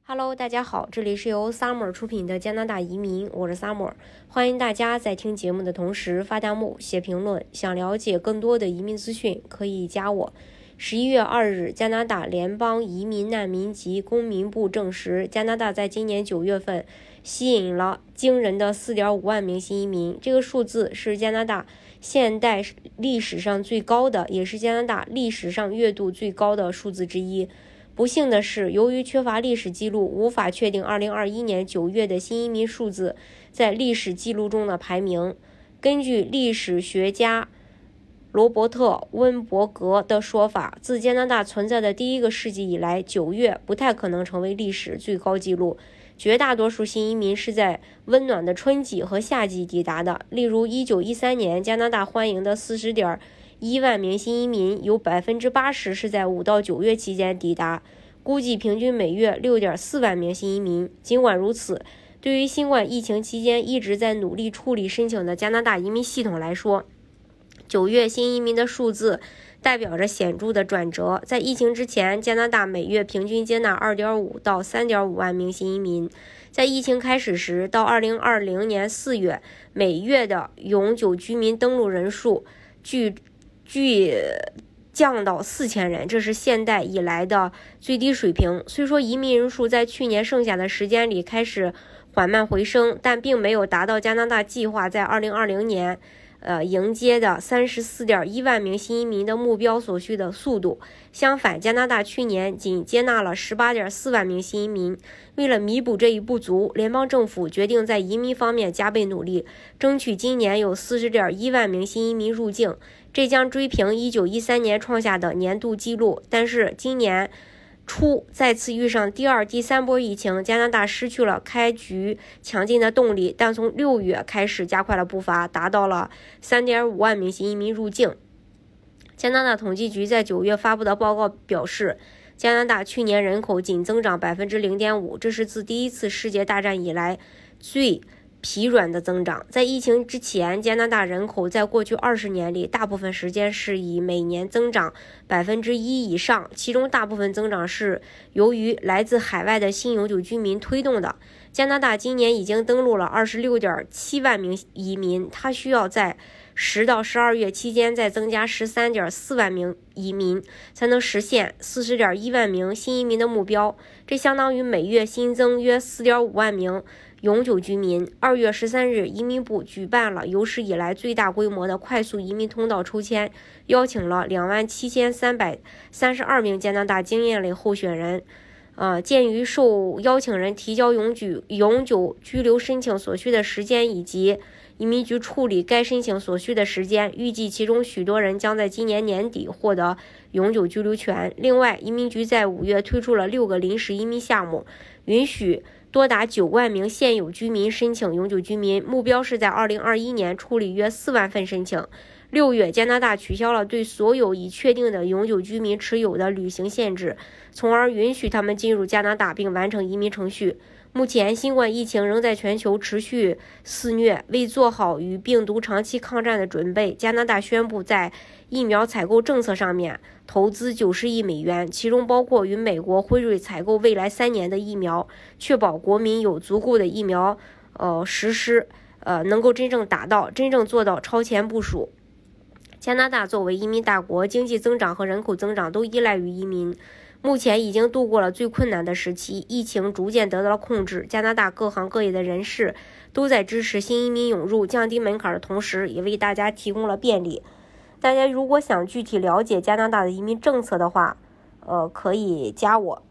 Hello， 大家好，这里是由 Summer 出品的加拿大移民，我是 Summer， 欢迎大家在听节目的同时发弹幕、写评论。想了解更多的移民资讯，可以加我。11月2日，加拿大联邦移民难民及公民部证实，加拿大在今年9月份吸引了惊人的 4.5 万名新移民，这个数字是加拿大现代历史上最高的，也是加拿大历史上阅读最高的数字之一。不幸的是，由于缺乏历史记录，无法确定2021年9月的新移民数字在历史记录中的排名。根据历史学家罗伯特·温伯格的说法，自加拿大存在的第一个世纪以来，9月不太可能成为历史最高纪录。绝大多数新移民是在温暖的春季和夏季抵达的。例如1913年，加拿大欢迎的40.1万名新移民，有 80% 是在5到9月期间抵达，估计平均每月 6.4 万名新移民。尽管如此，对于新冠疫情期间一直在努力处理申请的加拿大移民系统来说，9月新移民的数字代表着显著的转折。在疫情之前，加拿大每月平均接纳 2.5 到 3.5 万名新移民。在疫情开始时，到2020年4月，每月的永久居民登录人数据降到4000人，这是现代以来的最低水平。虽说移民人数在去年剩下的时间里开始缓慢回升，但并没有达到加拿大计划在2020年迎接的 34.1 万名新移民的目标所需的速度。相反，加拿大去年仅接纳了 18.4 万名新移民。为了弥补这一不足，联邦政府决定在移民方面加倍努力，争取今年有 40.1 万名新移民入境，这将追平1913年创下的年度纪录。但是今年初再次遇上第二、第三波疫情，加拿大失去了开局强劲的动力，但从6月开始加快了步伐，达到了 3.5 万名新移民入境。加拿大统计局在9月发布的报告表示，加拿大去年人口仅增长 0.5%， 这是自第一次世界大战以来最疲软的增长。在疫情之前，加拿大人口在过去20年里大部分时间是以每年增长 1% 以上，其中大部分增长是由于来自海外的新永久居民推动的。加拿大今年已经登陆了 26.7 万名移民，它需要在10到12月期间再增加 13.4 万名移民，才能实现 40.1 万名新移民的目标。这相当于每月新增约 4.5 万名永久居民。2月13日，移民部举办了有史以来最大规模的快速移民通道抽签，邀请了27,332名加拿大经验类候选人。鉴于受邀请人提交永久居留申请所需的时间以及移民局处理该申请所需的时间，预计其中许多人将在今年年底获得永久居留权。另外，移民局在5月推出了6个临时移民项目，允许多达9万名现有居民申请永久居民，目标是在2021年处理约4万份申请。6月，加拿大取消了对所有已确定的永久居民持有的旅行限制，从而允许他们进入加拿大并完成移民程序。目前，新冠疫情仍在全球持续肆虐，为做好与病毒长期抗战的准备，加拿大宣布在疫苗采购政策上面投资90亿美元，其中包括与美国辉瑞采购未来3年的疫苗，确保国民有足够的疫苗实施能够真正做到超前部署。加拿大作为移民大国，经济增长和人口增长都依赖于移民。目前已经度过了最困难的时期，疫情逐渐得到了控制。加拿大各行各业的人士都在支持新移民涌入，降低门槛的同时，也为大家提供了便利。大家如果想具体了解加拿大的移民政策的话，可以加我。